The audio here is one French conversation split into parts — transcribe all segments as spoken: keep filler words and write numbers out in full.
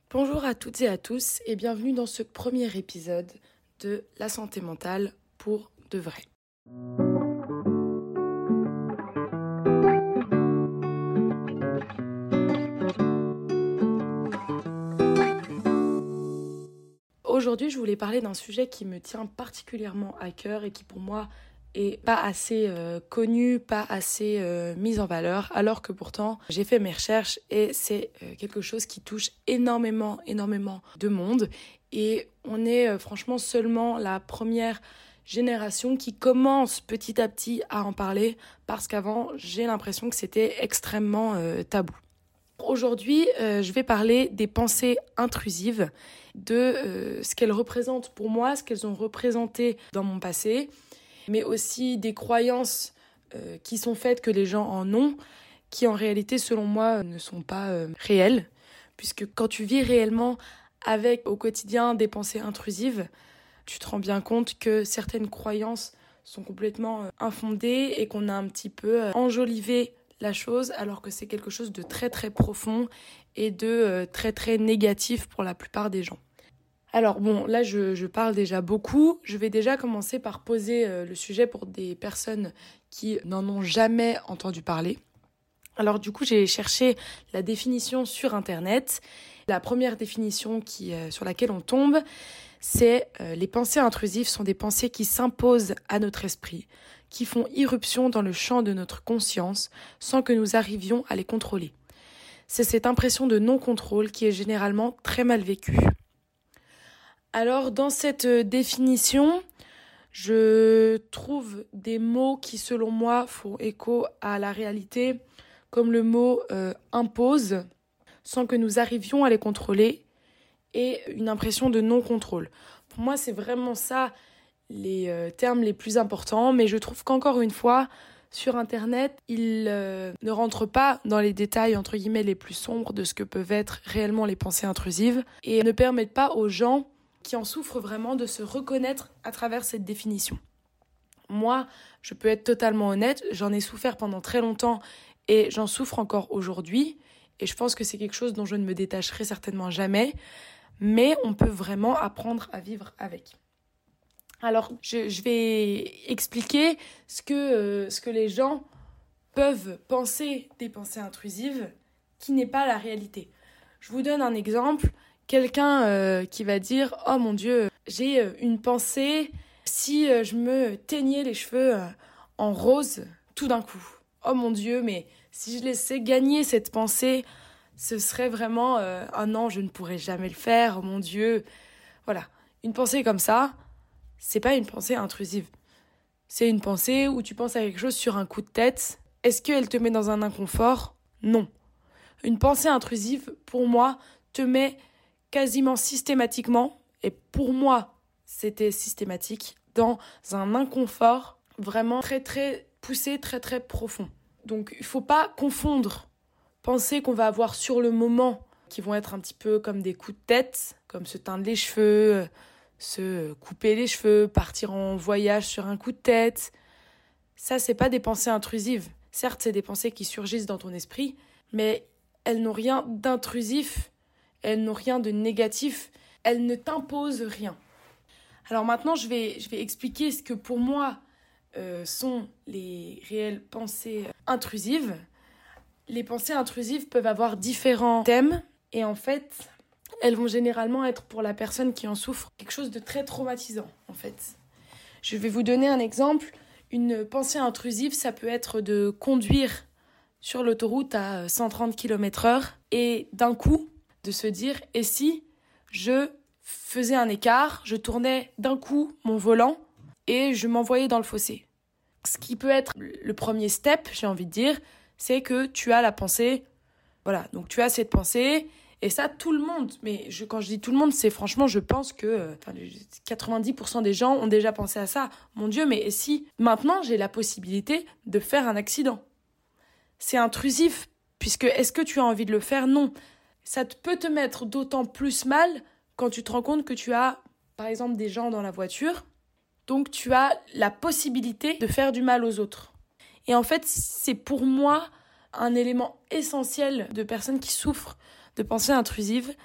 Bonjour à toutes et à tous et bienvenue dans ce premier épisode de la santé mentale pour de vrai. Aujourd'hui, je voulais parler d'un sujet qui me tient particulièrement à cœur et qui pour moi est pas assez euh, connu, pas assez euh, mis en valeur, alors que pourtant j'ai fait mes recherches et c'est euh, quelque chose qui touche énormément, énormément de monde. Et on est euh, franchement seulement la première génération qui commence petit à petit à en parler, parce qu'avant j'ai l'impression que c'était extrêmement euh, tabou. Aujourd'hui, euh, je vais parler des pensées intrusives, de euh, ce qu'elles représentent pour moi, ce qu'elles ont représenté dans mon passé, mais aussi des croyances euh, qui sont faites que les gens en ont, qui en réalité, selon moi, ne sont pas euh, réelles, puisque quand tu vis réellement avec au quotidien des pensées intrusives, tu te rends bien compte que certaines croyances sont complètement euh, infondées et qu'on a un petit peu euh, enjolivé la chose, alors que c'est quelque chose de très très profond et de euh, très très négatif pour la plupart des gens. Alors bon, là je, je parle déjà beaucoup. Je vais déjà commencer par poser euh, le sujet pour des personnes qui n'en ont jamais entendu parler. Alors du coup, j'ai cherché la définition sur Internet. La première définition qui, euh, sur laquelle on tombe, c'est euh, les pensées intrusives sont des pensées qui s'imposent à notre esprit, qui font irruption dans le champ de notre conscience sans que nous arrivions à les contrôler. C'est cette impression de non-contrôle qui est généralement très mal vécue. Alors, dans cette définition, je trouve des mots qui, selon moi, font écho à la réalité, comme le mot euh, « impose », sans que nous arrivions à les contrôler, et une impression de non-contrôle. Pour moi, c'est vraiment ça les euh, termes les plus importants, mais je trouve qu'encore une fois, sur Internet, ils euh, ne rentrent pas dans les détails, entre guillemets, les plus sombres de ce que peuvent être réellement les pensées intrusives, et ne permettent pas aux gens qui en souffrent vraiment de se reconnaître à travers cette définition. Moi, je peux être totalement honnête, j'en ai souffert pendant très longtemps et j'en souffre encore aujourd'hui, et je pense que c'est quelque chose dont je ne me détacherai certainement jamais, mais on peut vraiment apprendre à vivre avec. Alors, je, je vais expliquer ce que, euh, ce que les gens peuvent penser des pensées intrusives, qui n'est pas la réalité. Je vous donne un exemple. Quelqu'un euh, qui va dire « Oh mon Dieu, j'ai euh, une pensée si euh, je me teignais les cheveux euh, en rose tout d'un coup. Oh mon Dieu, mais si je laissais gagner cette pensée, ce serait vraiment euh, « Ah non, je ne pourrais jamais le faire, oh mon Dieu. » Voilà, une pensée comme ça, c'est pas une pensée intrusive. C'est une pensée où tu penses à quelque chose sur un coup de tête. Est-ce qu'elle te met dans un inconfort ? Non. Une pensée intrusive, pour moi, te met quasiment systématiquement, et pour moi, c'était systématique, dans un inconfort vraiment très très poussé, très très profond. Donc, il faut pas confondre penser qu'on va avoir sur le moment, qui vont être un petit peu comme des coups de tête, comme se teindre les cheveux, se couper les cheveux, partir en voyage sur un coup de tête. Ça, c'est pas des pensées intrusives. Certes, c'est des pensées qui surgissent dans ton esprit, mais elles n'ont rien d'intrusif, elles n'ont rien de négatif, elles ne t'imposent rien. Alors maintenant, je vais, je vais expliquer ce que pour moi euh, sont les réelles pensées intrusives. Les pensées intrusives peuvent avoir différents thèmes, et en fait, elles vont généralement être pour la personne qui en souffre quelque chose de très traumatisant, en fait. Je vais vous donner un exemple. Une pensée intrusive, ça peut être de conduire sur l'autoroute à cent trente kilomètres heure et d'un coup, de se dire « Et si je faisais un écart, je tournais d'un coup mon volant et je m'envoyais dans le fossé ?» Ce qui peut être le premier step, j'ai envie de dire, c'est que tu as la pensée. Voilà, donc tu as cette pensée. Et ça, tout le monde, mais je, quand je dis tout le monde, c'est franchement, je pense que enfin, quatre-vingt-dix pour cent des gens ont déjà pensé à ça. Mon Dieu, mais et si maintenant j'ai la possibilité de faire un accident ? C'est intrusif, puisque est-ce que tu as envie de le faire ? Non. Ça te peut te mettre d'autant plus mal quand tu te rends compte que tu as, par exemple, des gens dans la voiture. Donc tu as la possibilité de faire du mal aux autres. Et en fait, c'est pour moi un élément essentiel de personnes qui souffrent de pensées intrusives,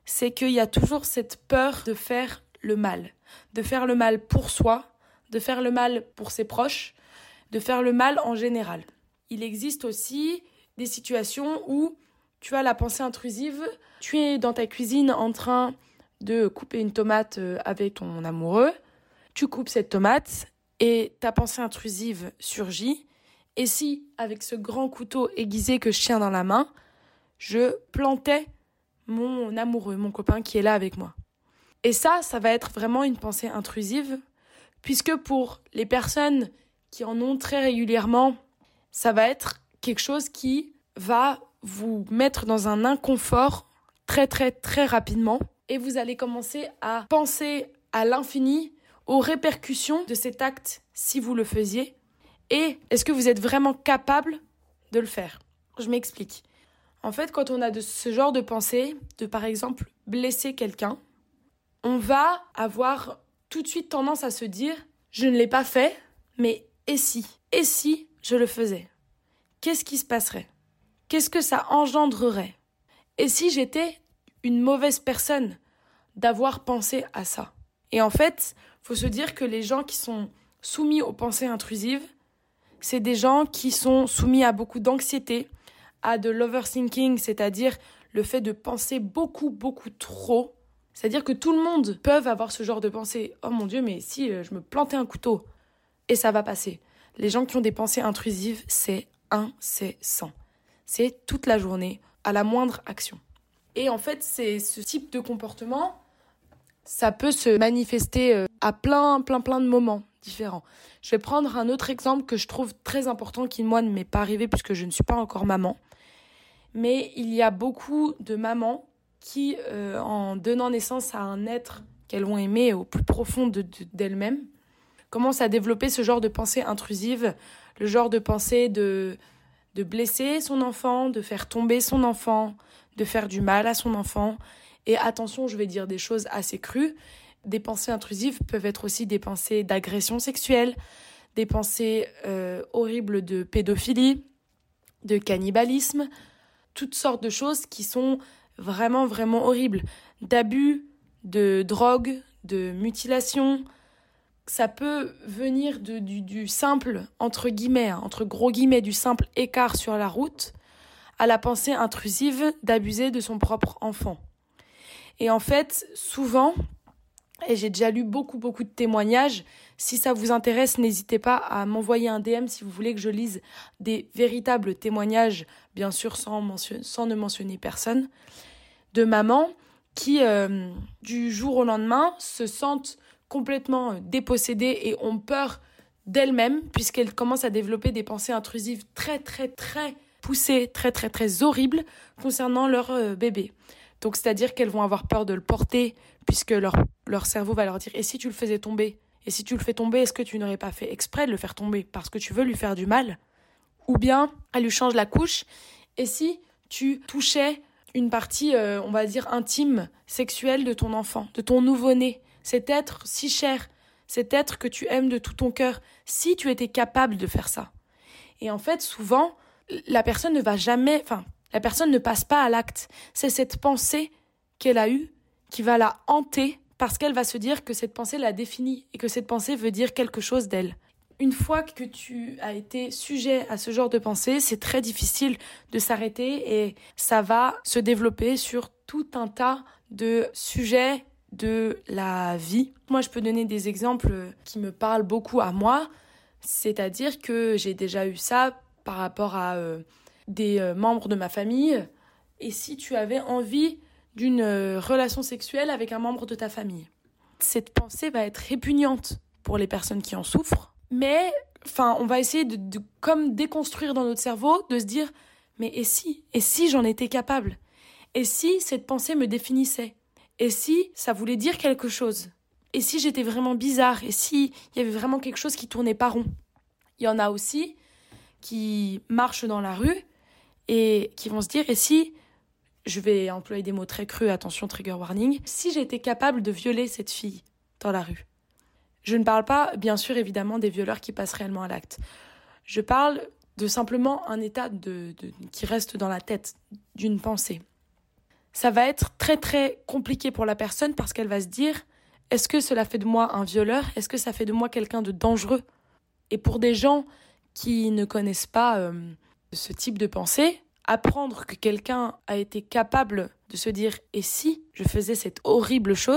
c'est qu'il y a toujours cette peur de faire le mal. De faire le mal pour soi, de faire le mal pour ses proches, de faire le mal en général. Il existe aussi des situations où tu as la pensée intrusive, tu es dans ta cuisine en train de couper une tomate avec ton amoureux, tu coupes cette tomate et ta pensée intrusive surgit. Et si, avec ce grand couteau aiguisé que je tiens dans la main, je plantais mon amoureux, mon copain qui est là avec moi. Et ça, ça va être vraiment une pensée intrusive, puisque pour les personnes qui en ont très régulièrement, ça va être quelque chose qui va vous mettre dans un inconfort très très très rapidement et vous allez commencer à penser à l'infini aux répercussions de cet acte si vous le faisiez et est-ce que vous êtes vraiment capable de le faire. Je m'explique. En fait, quand on a de ce genre de pensée, de par exemple blesser quelqu'un, on va avoir tout de suite tendance à se dire « je ne l'ai pas fait, mais et si ? Et si je le faisais ? Qu'est-ce qui se passerait ? Qu'est-ce que ça engendrerait ? Et si j'étais une mauvaise personne d'avoir pensé à ça ?» Et en fait, il faut se dire que les gens qui sont soumis aux pensées intrusives, c'est des gens qui sont soumis à beaucoup d'anxiété, à de l'overthinking, c'est-à-dire le fait de penser beaucoup, beaucoup trop. C'est-à-dire que tout le monde peut avoir ce genre de pensée. « Oh mon Dieu, mais si je me plantais un couteau ?» Et ça va passer. Les gens qui ont des pensées intrusives, c'est incessant. C'est toute la journée, à la moindre action. Et en fait, c'est ce type de comportement, ça peut se manifester à plein, plein, plein de moments différents. Je vais prendre un autre exemple que je trouve très important, qui, moi, ne m'est pas arrivé puisque je ne suis pas encore maman. Mais il y a beaucoup de mamans qui, euh, en donnant naissance à un être qu'elles ont aimé au plus profond de, de, d'elles-mêmes, commencent à développer ce genre de pensée intrusive, le genre de pensée de, de blesser son enfant, de faire tomber son enfant, de faire du mal à son enfant. Et attention, je vais dire des choses assez crues. Des pensées intrusives peuvent être aussi des pensées d'agression sexuelle, des pensées euh, horribles de pédophilie, de cannibalisme, toutes sortes de choses qui sont vraiment, vraiment horribles. D'abus, de drogue, de mutilation. Ça peut venir de, du, du simple, entre guillemets, hein, entre gros guillemets, du simple écart sur la route à la pensée intrusive d'abuser de son propre enfant. Et en fait, souvent, et j'ai déjà lu beaucoup, beaucoup de témoignages, si ça vous intéresse, n'hésitez pas à m'envoyer un D M si vous voulez que je lise des véritables témoignages, bien sûr sans, mention- sans ne mentionner personne, de mamans qui, euh, du jour au lendemain, se sentent complètement dépossédées et ont peur d'elles-mêmes, puisqu'elles commencent à développer des pensées intrusives très, très, très poussées, très, très, très horribles concernant leur euh, bébé. Donc, c'est-à-dire qu'elles vont avoir peur de le porter, puisque leur, leur cerveau va leur dire « Et si tu le faisais tomber ? Et si tu le fais tomber, est-ce que tu n'aurais pas fait exprès de le faire tomber parce que tu veux lui faire du mal ?» Ou bien, elle lui change la couche. Et si tu touchais une partie, euh, on va dire, intime, sexuelle de ton enfant, de ton nouveau-né, cet être si cher, cet être que tu aimes de tout ton cœur, si tu étais capable de faire ça. Et en fait, souvent, la personne ne va jamais... Enfin, la personne ne passe pas à l'acte. C'est cette pensée qu'elle a eue qui va la hanter parce qu'elle va se dire que cette pensée la définit et que cette pensée veut dire quelque chose d'elle. Une fois que tu as été sujet à ce genre de pensée, c'est très difficile de s'arrêter et ça va se développer sur tout un tas de sujets de la vie. Moi, je peux donner des exemples qui me parlent beaucoup à moi, c'est-à-dire que j'ai déjà eu ça par rapport à euh, des euh, membres de ma famille. Et si tu avais envie d'une euh, relation sexuelle avec un membre de ta famille, cette pensée va être répugnante pour les personnes qui en souffrent. Mais enfin, on va essayer de, de comme déconstruire dans notre cerveau, de se dire mais et si et si j'en étais capable, et si cette pensée me définissait, et si ça voulait dire quelque chose, et si j'étais vraiment bizarre, et si il y avait vraiment quelque chose qui tournait pas rond. Il y en a aussi qui marchent dans la rue et qui vont se dire et si, je vais employer des mots très crus, attention trigger warning, si j'étais capable de violer cette fille dans la rue. Je ne parle pas, bien sûr, évidemment, des violeurs qui passent réellement à l'acte. Je parle de simplement un état de, de, qui reste dans la tête, d'une pensée. ça va être très très compliqué pour la personne parce qu'elle va se dire « Est-ce que cela fait de moi un violeur ? Est-ce que ça fait de moi quelqu'un de dangereux ?» Et pour des gens qui ne connaissent pas euh, ce type de pensée, apprendre que quelqu'un a été capable de se dire « Et si je faisais cette horrible chose ?»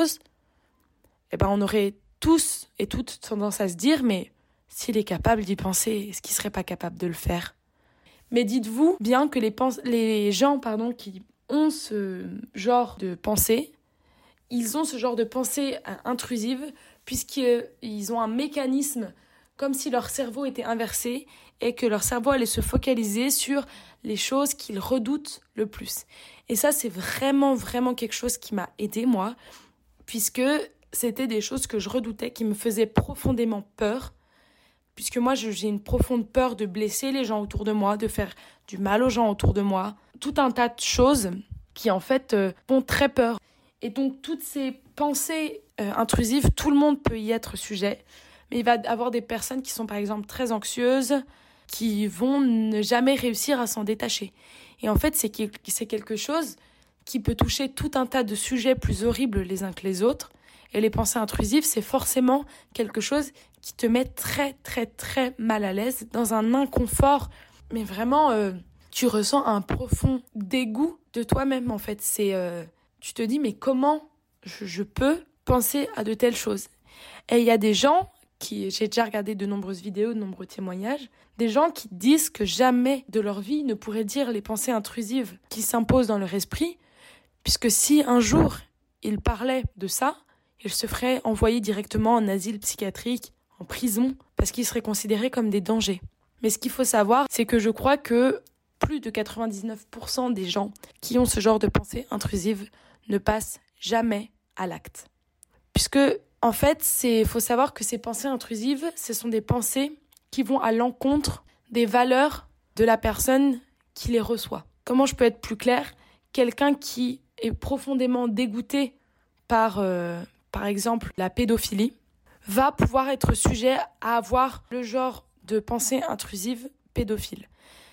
Eh ben on aurait tous et toutes tendance à se dire « Mais s'il est capable d'y penser, est-ce qu'il ne serait pas capable de le faire ?» Mais dites-vous bien que les, pens- les gens pardon, qui ont ce genre de pensée, ils ont ce genre de pensée intrusive puisqu'ils ont un mécanisme comme si leur cerveau était inversé et que leur cerveau allait se focaliser sur les choses qu'ils redoutent le plus. Et ça, c'est vraiment, vraiment quelque chose qui m'a aidée, moi, puisque c'était des choses que je redoutais, qui me faisaient profondément peur, puisque moi, j'ai une profonde peur de blesser les gens autour de moi, de faire du mal aux gens autour de moi. Tout un tas de choses qui, en fait, euh, font très peur. Et donc, toutes ces pensées euh, intrusives, tout le monde peut y être sujet. Mais il va y avoir des personnes qui sont, par exemple, très anxieuses, qui vont ne jamais réussir à s'en détacher. Et en fait, c'est, c'est quelque chose qui peut toucher tout un tas de sujets plus horribles les uns que les autres. Et les pensées intrusives, c'est forcément quelque chose qui te met très, très, très mal à l'aise, dans un inconfort. Mais vraiment, euh, tu ressens un profond dégoût de toi-même, en fait. C'est, euh, tu te dis, mais comment je, je peux penser à de telles choses ? Et il y a des gens qui, j'ai déjà regardé de nombreuses vidéos, de nombreux témoignages, des gens qui disent que jamais de leur vie ne pourraient dire les pensées intrusives qui s'imposent dans leur esprit, puisque si un jour ils parlaient de ça, ils se feraient envoyer directement en asile psychiatrique, en prison, parce qu'ils seraient considérés comme des dangers. Mais ce qu'il faut savoir, c'est que je crois que plus de quatre-vingt-dix-neuf pour cent des gens qui ont ce genre de pensées intrusives ne passent jamais à l'acte. Puisque, en fait, il faut savoir que ces pensées intrusives, ce sont des pensées qui vont à l'encontre des valeurs de la personne qui les reçoit. Comment je peux être plus claire ? Quelqu'un qui est profondément dégoûté par, euh, par exemple, la pédophilie, va pouvoir être sujet à avoir le genre de pensée intrusive pédophile.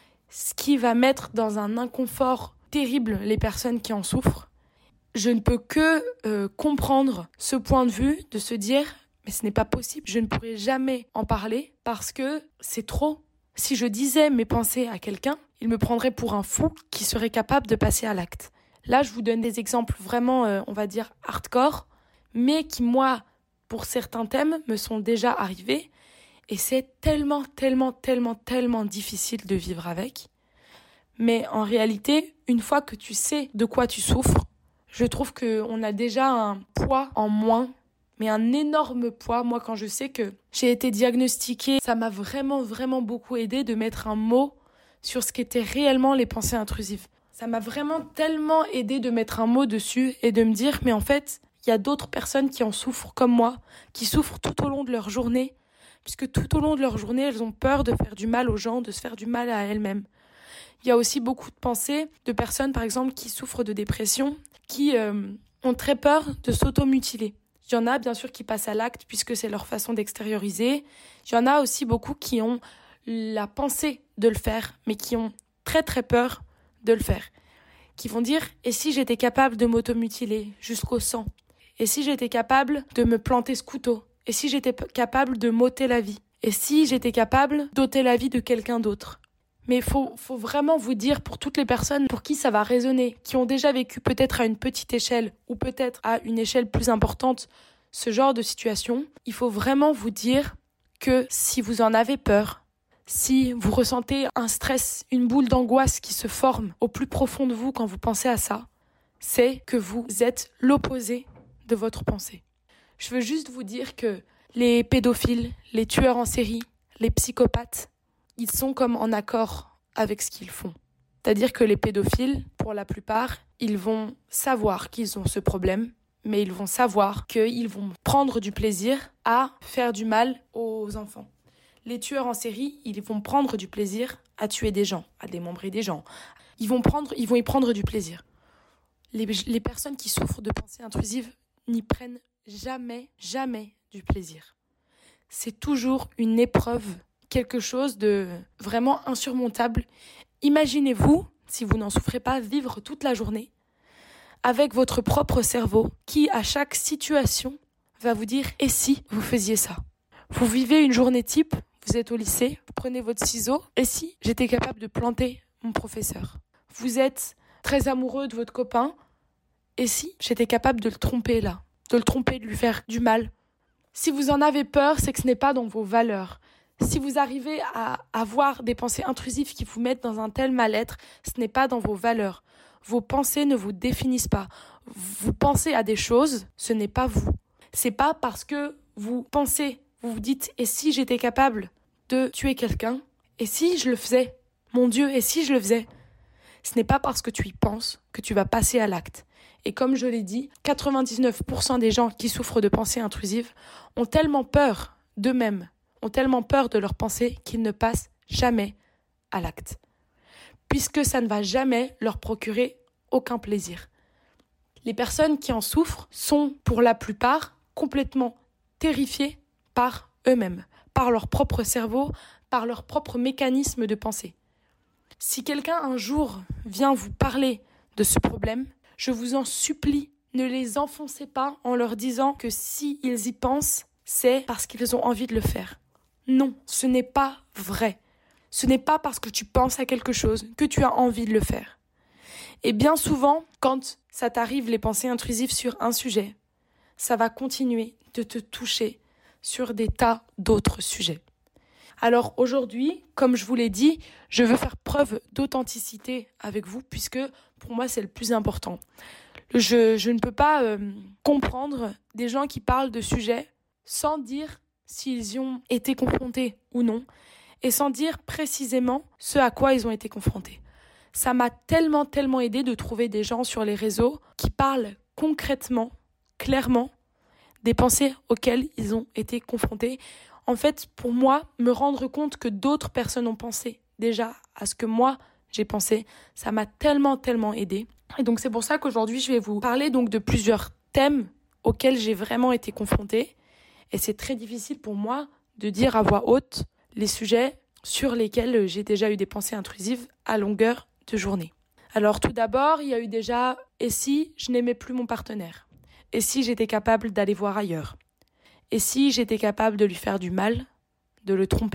Ce qui va mettre dans un inconfort terrible les personnes qui en souffrent. Je ne peux que euh, comprendre ce point de vue, de se dire « mais ce n'est pas possible, je ne pourrai jamais en parler parce que c'est trop ». Si je disais mes pensées à quelqu'un, il me prendrait pour un fou qui serait capable de passer à l'acte. Là, je vous donne des exemples vraiment, euh, on va dire, hardcore, mais qui, moi, pour certains thèmes, me sont déjà arrivés. Et c'est tellement, tellement, tellement, tellement difficile de vivre avec. Mais en réalité, une fois que tu sais de quoi tu souffres, je trouve qu'on a déjà un poids en moins, mais un énorme poids. Moi, quand je sais que j'ai été diagnostiquée, ça m'a vraiment, vraiment beaucoup aidé de mettre un mot sur ce qu'étaient réellement les pensées intrusives. Ça m'a vraiment tellement aidé de mettre un mot dessus et de me dire, mais en fait, il y a d'autres personnes qui en souffrent comme moi, qui souffrent tout au long de leur journée, puisque tout au long de leur journée, elles ont peur de faire du mal aux gens, de se faire du mal à elles-mêmes. Il y a aussi beaucoup de pensées de personnes, par exemple, qui souffrent de dépression, qui euh, ont très peur de s'automutiler. Il y en a, bien sûr, qui passent à l'acte, puisque c'est leur façon d'extérioriser. Il y en a aussi beaucoup qui ont la pensée de le faire, mais qui ont très, très peur de le faire. Qui vont dire, et si j'étais capable de m'automutiler jusqu'au sang ? Et si j'étais capable de me planter ce couteau ? Et si j'étais capable de m'ôter la vie ? Et si j'étais capable d'ôter la vie de quelqu'un d'autre ? Mais il faut, faut vraiment vous dire, pour toutes les personnes pour qui ça va résonner, qui ont déjà vécu peut-être à une petite échelle ou peut-être à une échelle plus importante ce genre de situation, il faut vraiment vous dire que si vous en avez peur, si vous ressentez un stress, une boule d'angoisse qui se forme au plus profond de vous quand vous pensez à ça, c'est que vous êtes l'opposé de votre pensée. Je veux juste vous dire que les pédophiles, les tueurs en série, les psychopathes, ils sont comme en accord avec ce qu'ils font. C'est-à-dire que les pédophiles, pour la plupart, ils vont savoir qu'ils ont ce problème, mais ils vont savoir qu'ils vont prendre du plaisir à faire du mal aux enfants. Les tueurs en série, ils vont prendre du plaisir à tuer des gens, à démembrer des gens. Ils vont, prendre, ils vont y prendre du plaisir. Les, les personnes qui souffrent de pensées intrusives n'y prennent jamais, jamais du plaisir. C'est toujours une épreuve, quelque chose de vraiment insurmontable. Imaginez-vous, si vous n'en souffrez pas, vivre toute la journée avec votre propre cerveau qui, à chaque situation, va vous dire « et si vous faisiez ça ?» Vous vivez une journée type, vous êtes au lycée, vous prenez votre ciseau « et si j'étais capable de planter mon professeur ?» Vous êtes très amoureux de votre copain « et si j'étais capable de le tromper là, de le tromper, de lui faire du mal ?» Si vous en avez peur, c'est que ce n'est pas dans vos valeurs. Si vous arrivez à avoir des pensées intrusives qui vous mettent dans un tel mal-être, ce n'est pas dans vos valeurs. Vos pensées ne vous définissent pas. Vous pensez à des choses, ce n'est pas vous. C'est pas parce que vous pensez, vous vous dites « et si j'étais capable de tuer quelqu'un ? Et si je le faisais ? Mon Dieu, et si je le faisais ?» Ce n'est pas parce que tu y penses que tu vas passer à l'acte. Et comme je l'ai dit, quatre-vingt-dix-neuf pour cent des gens qui souffrent de pensées intrusives ont tellement peur d'eux-mêmes, ont tellement peur de leurs pensées qu'ils ne passent jamais à l'acte. Puisque ça ne va jamais leur procurer aucun plaisir. Les personnes qui en souffrent sont, pour la plupart, complètement terrifiées par eux-mêmes, par leur propre cerveau, par leur propre mécanisme de pensée. Si quelqu'un un jour vient vous parler de ce problème, je vous en supplie, ne les enfoncez pas en leur disant que s'ils y pensent, c'est parce qu'ils ont envie de le faire. Non, ce n'est pas vrai. Ce n'est pas parce que tu penses à quelque chose que tu as envie de le faire. Et bien souvent, quand ça t'arrive les pensées intrusives sur un sujet, ça va continuer de te toucher sur des tas d'autres sujets. Alors aujourd'hui, comme je vous l'ai dit, je veux faire preuve d'authenticité avec vous puisque pour moi c'est le plus important. Je, je ne peux pas euh, comprendre des gens qui parlent de sujets sans dire s'ils y ont été confrontés ou non et sans dire précisément ce à quoi ils ont été confrontés. Ça m'a tellement, tellement aidé de trouver des gens sur les réseaux qui parlent concrètement, clairement, des pensées auxquelles ils ont été confrontés. En fait, pour moi, me rendre compte que d'autres personnes ont pensé déjà à ce que moi, j'ai pensé, ça m'a tellement, tellement aidé. Et donc, c'est pour ça qu'aujourd'hui, je vais vous parler donc de plusieurs thèmes auxquels j'ai vraiment été confrontée. Et c'est très difficile pour moi de dire à voix haute les sujets sur lesquels j'ai déjà eu des pensées intrusives à longueur de journée. Alors, tout d'abord, il y a eu déjà « et si je n'aimais plus mon partenaire ? Et si j'étais capable d'aller voir ailleurs ? Et si j'étais capable de lui faire du mal, de le tromper ?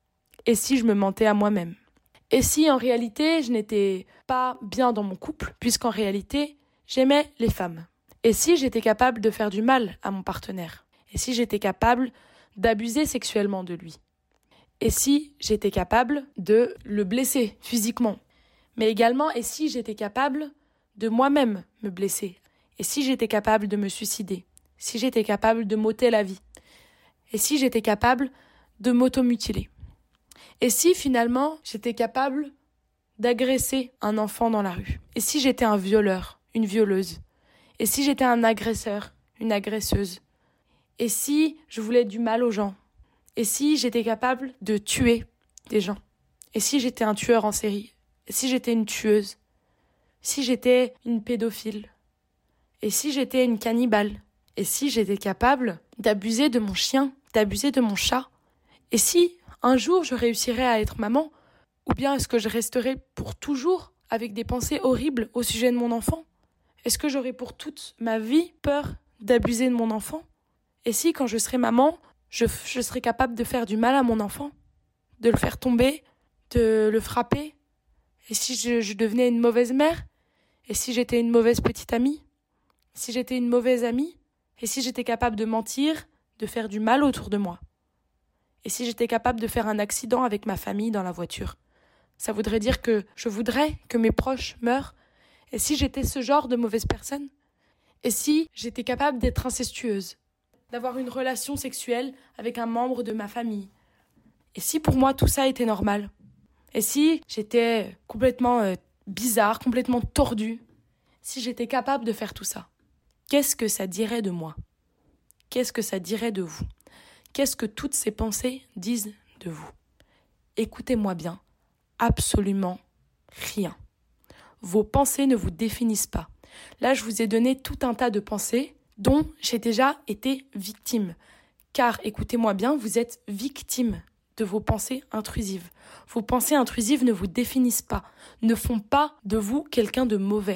Et si je me mentais à moi-même ? Et si en réalité je n'étais pas bien dans mon couple, puisqu'en réalité j'aimais les femmes ? Et si j'étais capable de faire du mal à mon partenaire ? Et si j'étais capable d'abuser sexuellement de lui ? Et si j'étais capable de le blesser physiquement ? Mais également, et si j'étais capable de moi-même me blesser ? Et si j'étais capable de me suicider ? Si j'étais capable de m'ôter la vie ? Et si j'étais capable de m'automutiler ? Et si finalement j'étais capable d'agresser un enfant dans la rue ? Et si j'étais un violeur, une violeuse ? Et si j'étais un agresseur, une agresseuse ? Et si je voulais du mal aux gens ? Et si j'étais capable de tuer des gens ? Et si j'étais un tueur en série ? Et si j'étais une tueuse ? Si j'étais une pédophile ? Et si j'étais une cannibale ? Et si j'étais capable d'abuser de mon chien, d'abuser de mon chat ? Et si un jour je réussirais à être maman ? Ou bien est-ce que je resterai pour toujours avec des pensées horribles au sujet de mon enfant ? Est-ce que j'aurai pour toute ma vie peur d'abuser de mon enfant ? Et si quand je serai maman, je, je serai capable de faire du mal à mon enfant ? De le faire tomber ? De le frapper ? Et si je, je devenais une mauvaise mère ? Et si j'étais une mauvaise petite amie ? Si j'étais une mauvaise amie ? Et si j'étais capable de mentir, de faire du mal autour de moi ? Et si j'étais capable de faire un accident avec ma famille dans la voiture ? Ça voudrait dire que je voudrais que mes proches meurent ? Et si j'étais ce genre de mauvaise personne ? Et si j'étais capable d'être incestueuse ? D'avoir une relation sexuelle avec un membre de ma famille ? Et si pour moi tout ça était normal ? Et si j'étais complètement euh, bizarre, complètement tordue ? Si j'étais capable de faire tout ça ? Qu'est-ce que ça dirait de moi ? Qu'est-ce que ça dirait de vous ? Qu'est-ce que toutes ces pensées disent de vous ? Écoutez-moi bien, absolument rien. Vos pensées ne vous définissent pas. Là, je vous ai donné tout un tas de pensées dont j'ai déjà été victime. Car, écoutez-moi bien, vous êtes victime de vos pensées intrusives. Vos pensées intrusives ne vous définissent pas, ne font pas de vous quelqu'un de mauvais.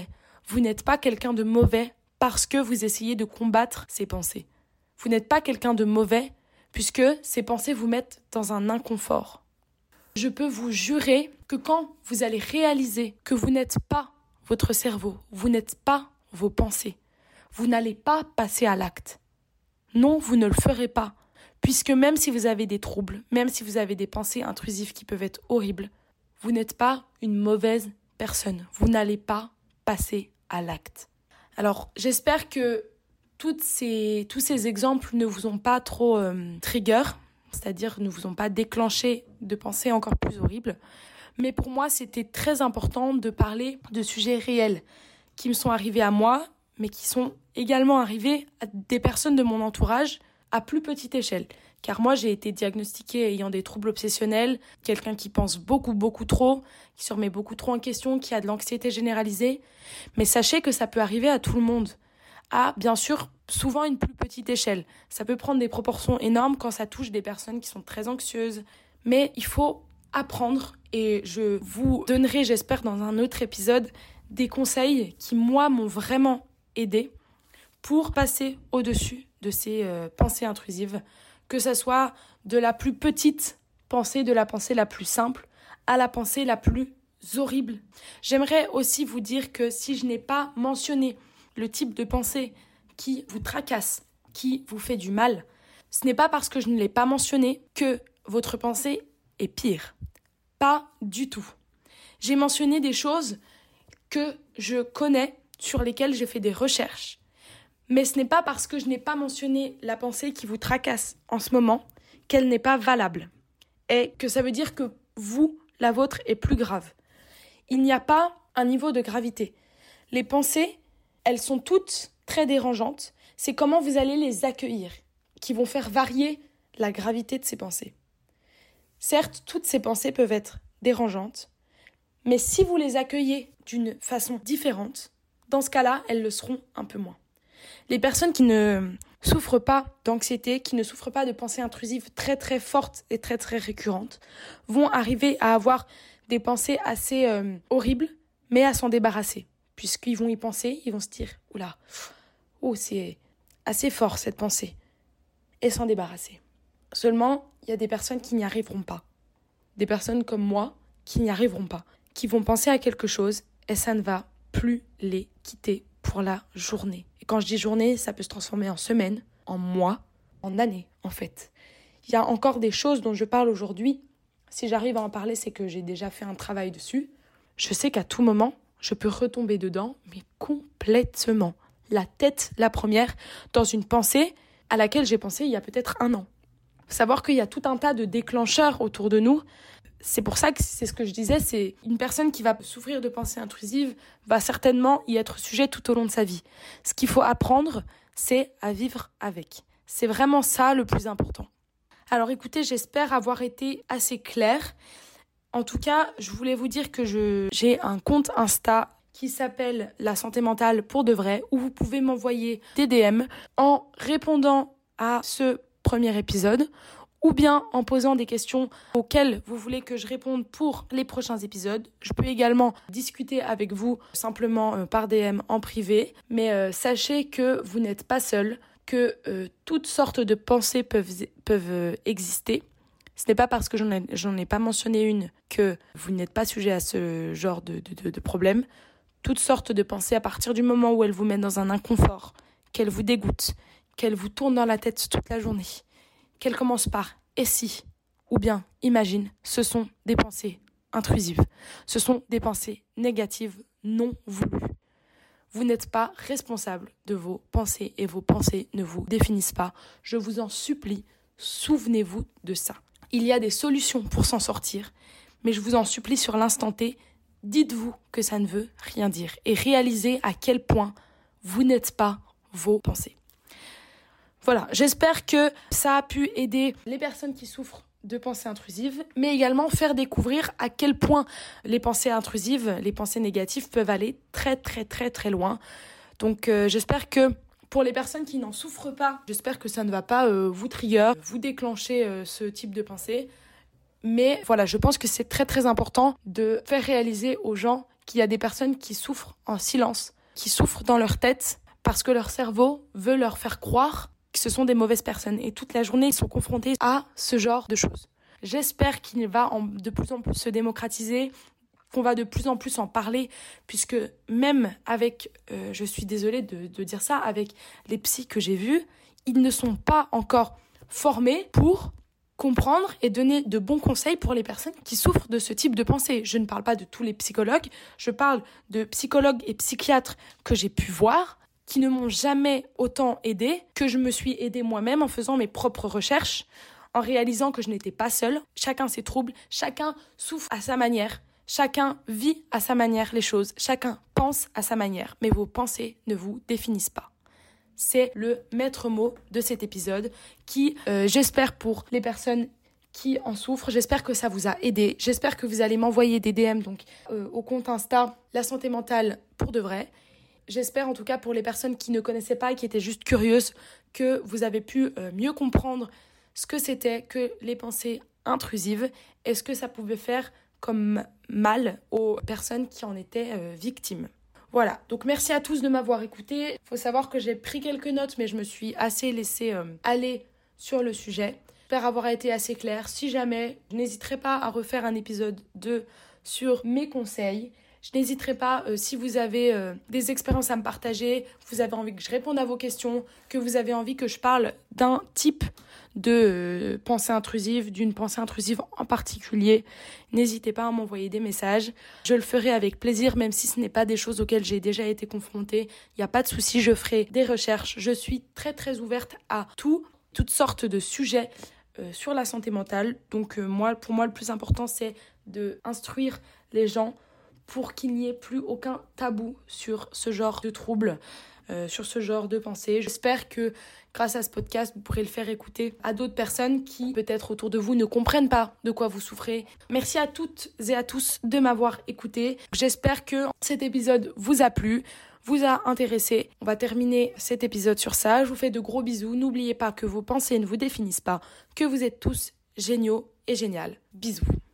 Vous n'êtes pas quelqu'un de mauvais parce que vous essayez de combattre ces pensées. Vous n'êtes pas quelqu'un de mauvais puisque ces pensées vous mettent dans un inconfort. Je peux vous jurer que quand vous allez réaliser que vous n'êtes pas votre cerveau, vous n'êtes pas vos pensées, vous n'allez pas passer à l'acte. Non, vous ne le ferez pas, puisque même si vous avez des troubles, même si vous avez des pensées intrusives qui peuvent être horribles, vous n'êtes pas une mauvaise personne. Vous n'allez pas passer à l'acte. Alors, j'espère que toutes ces, tous ces exemples ne vous ont pas trop euh, trigger, c'est-à-dire ne vous ont pas déclenché de pensées encore plus horribles. Mais pour moi, c'était très important de parler de sujets réels qui me sont arrivés à moi, mais qui sont également arrivés à des personnes de mon entourage à plus petite échelle. Car moi, j'ai été diagnostiquée ayant des troubles obsessionnels, quelqu'un qui pense beaucoup, beaucoup trop, qui se remet beaucoup trop en question, qui a de l'anxiété généralisée. Mais sachez que ça peut arriver à tout le monde. À, bien sûr, souvent une plus petite échelle. Ça peut prendre des proportions énormes quand ça touche des personnes qui sont très anxieuses. Mais il faut apprendre, et je vous donnerai, j'espère, dans un autre épisode, des conseils qui, moi, m'ont vraiment aidé pour passer au-dessus de ces euh, pensées intrusives, que ce soit de la plus petite pensée, de la pensée la plus simple, à la pensée la plus horrible. J'aimerais aussi vous dire que si je n'ai pas mentionné le type de pensée qui vous tracasse, qui vous fait du mal, ce n'est pas parce que je ne l'ai pas mentionné que votre pensée est pire. Pas du tout. J'ai mentionné des choses que je connais, sur lesquelles j'ai fait des recherches. Mais ce n'est pas parce que je n'ai pas mentionné la pensée qui vous tracasse en ce moment qu'elle n'est pas valable. Et que ça veut dire que vous, la vôtre, est plus grave. Il n'y a pas un niveau de gravité. Les pensées, elles sont toutes très dérangeantes. C'est comment vous allez les accueillir qui vont faire varier la gravité de ces pensées. Certes, toutes ces pensées peuvent être dérangeantes, mais si vous les accueillez d'une façon différente, dans ce cas-là, elles le seront un peu moins. Les personnes qui ne souffrent pas d'anxiété, qui ne souffrent pas de pensées intrusives très très fortes et très très récurrentes, vont arriver à avoir des pensées assez euh, horribles, mais à s'en débarrasser. Puisqu'ils vont y penser, ils vont se dire « Oula, oh, c'est assez fort cette pensée », et s'en débarrasser. Seulement, il y a des personnes qui n'y arriveront pas. Des personnes comme moi qui n'y arriveront pas, qui vont penser à quelque chose et ça ne va plus les quitter pour la journée. Et quand je dis journée, ça peut se transformer en semaine, en mois, en années en fait. Il y a encore des choses dont je parle aujourd'hui. Si j'arrive à en parler, c'est que j'ai déjà fait un travail dessus. Je sais qu'à tout moment, je peux retomber dedans, mais complètement. La tête, la première, dans une pensée à laquelle j'ai pensé il y a peut-être un an. Faut savoir qu'il y a tout un tas de déclencheurs autour de nous. C'est pour ça que c'est ce que je disais, c'est une personne qui va souffrir de pensées intrusives va certainement y être sujet tout au long de sa vie. Ce qu'il faut apprendre, c'est à vivre avec. C'est vraiment ça le plus important. Alors écoutez, j'espère avoir été assez claire. En tout cas, je voulais vous dire que je, j'ai un compte Insta qui s'appelle La Santé Mentale pour de vrai, où vous pouvez m'envoyer des D M en répondant à ce premier épisode, ou bien en posant des questions auxquelles vous voulez que je réponde pour les prochains épisodes. Je peux également discuter avec vous simplement euh, par D M en privé, mais euh, sachez que vous n'êtes pas seul, que euh, toutes sortes de pensées peuvent, peuvent euh, exister. Ce n'est pas parce que j'en ai, j'en ai pas mentionné une que vous n'êtes pas sujet à ce genre de, de, de, de problème. Toutes sortes de pensées, à partir du moment où elles vous mettent dans un inconfort, qu'elles vous dégoûtent, qu'elles vous tournent dans la tête toute la journée, qu'elles commencent par « et si ?» ou bien « imagine », ce sont des pensées intrusives. Ce sont des pensées négatives non voulues. Vous n'êtes pas responsable de vos pensées et vos pensées ne vous définissent pas. Je vous en supplie, souvenez-vous de ça. Il y a des solutions pour s'en sortir, mais je vous en supplie sur l'instant T, dites-vous que ça ne veut rien dire et réalisez à quel point vous n'êtes pas vos pensées. Voilà, j'espère que ça a pu aider les personnes qui souffrent de pensées intrusives, mais également faire découvrir à quel point les pensées intrusives, les pensées négatives peuvent aller très très très très loin. Donc euh, j'espère que pour les personnes qui n'en souffrent pas, j'espère que ça ne va pas euh, vous trigger, vous déclencher euh, ce type de pensée. Mais voilà, je pense que c'est très très important de faire réaliser aux gens qu'il y a des personnes qui souffrent en silence, qui souffrent dans leur tête parce que leur cerveau veut leur faire croire que ce sont des mauvaises personnes. Et toute la journée, ils sont confrontés à ce genre de choses. J'espère qu'il va en, de plus en plus se démocratiser, qu'on va de plus en plus en parler, puisque même avec, euh, je suis désolée de, de dire ça, avec les psys que j'ai vus, ils ne sont pas encore formés pour comprendre et donner de bons conseils pour les personnes qui souffrent de ce type de pensée. Je ne parle pas de tous les psychologues, je parle de psychologues et psychiatres que j'ai pu voir, qui ne m'ont jamais autant aidée que je me suis aidée moi-même en faisant mes propres recherches, en réalisant que je n'étais pas seule. Chacun ses troubles, chacun souffre à sa manière, chacun vit à sa manière les choses, chacun pense à sa manière, mais vos pensées ne vous définissent pas. C'est le maître mot de cet épisode qui, euh, j'espère pour les personnes qui en souffrent, j'espère que ça vous a aidé, j'espère que vous allez m'envoyer des D M donc, euh, au compte Insta La Santé Mentale pour de vrai. J'espère en tout cas pour les personnes qui ne connaissaient pas et qui étaient juste curieuses que vous avez pu euh, mieux comprendre ce que c'était que les pensées intrusives et ce que ça pouvait faire comme mal aux personnes qui en étaient euh, victimes. Voilà, donc merci à tous de m'avoir écouté. Il faut savoir que j'ai pris quelques notes, mais je me suis assez laissée euh, aller sur le sujet. J'espère avoir été assez claire. Si jamais, je n'hésiterai pas à refaire un épisode deux sur mes conseils. Je n'hésiterai pas, euh, si vous avez euh, des expériences à me partager, vous avez envie que je réponde à vos questions, que vous avez envie que je parle d'un type de euh, pensée intrusive, d'une pensée intrusive en particulier, n'hésitez pas à m'envoyer des messages. Je le ferai avec plaisir, même si ce n'est pas des choses auxquelles j'ai déjà été confrontée. Il n'y a pas de souci, je ferai des recherches. Je suis très très ouverte à tout, toutes sortes de sujets euh, sur la santé mentale. Donc euh, moi, pour moi, le plus important, c'est d'instruire les gens pour qu'il n'y ait plus aucun tabou sur ce genre de troubles, euh, sur ce genre de pensée. J'espère que grâce à ce podcast, vous pourrez le faire écouter à d'autres personnes qui, peut-être autour de vous, ne comprennent pas de quoi vous souffrez. Merci à toutes et à tous de m'avoir écouté. J'espère que cet épisode vous a plu, vous a intéressé. On va terminer cet épisode sur ça. Je vous fais de gros bisous. N'oubliez pas que vos pensées ne vous définissent pas, que vous êtes tous géniaux et géniales. Bisous.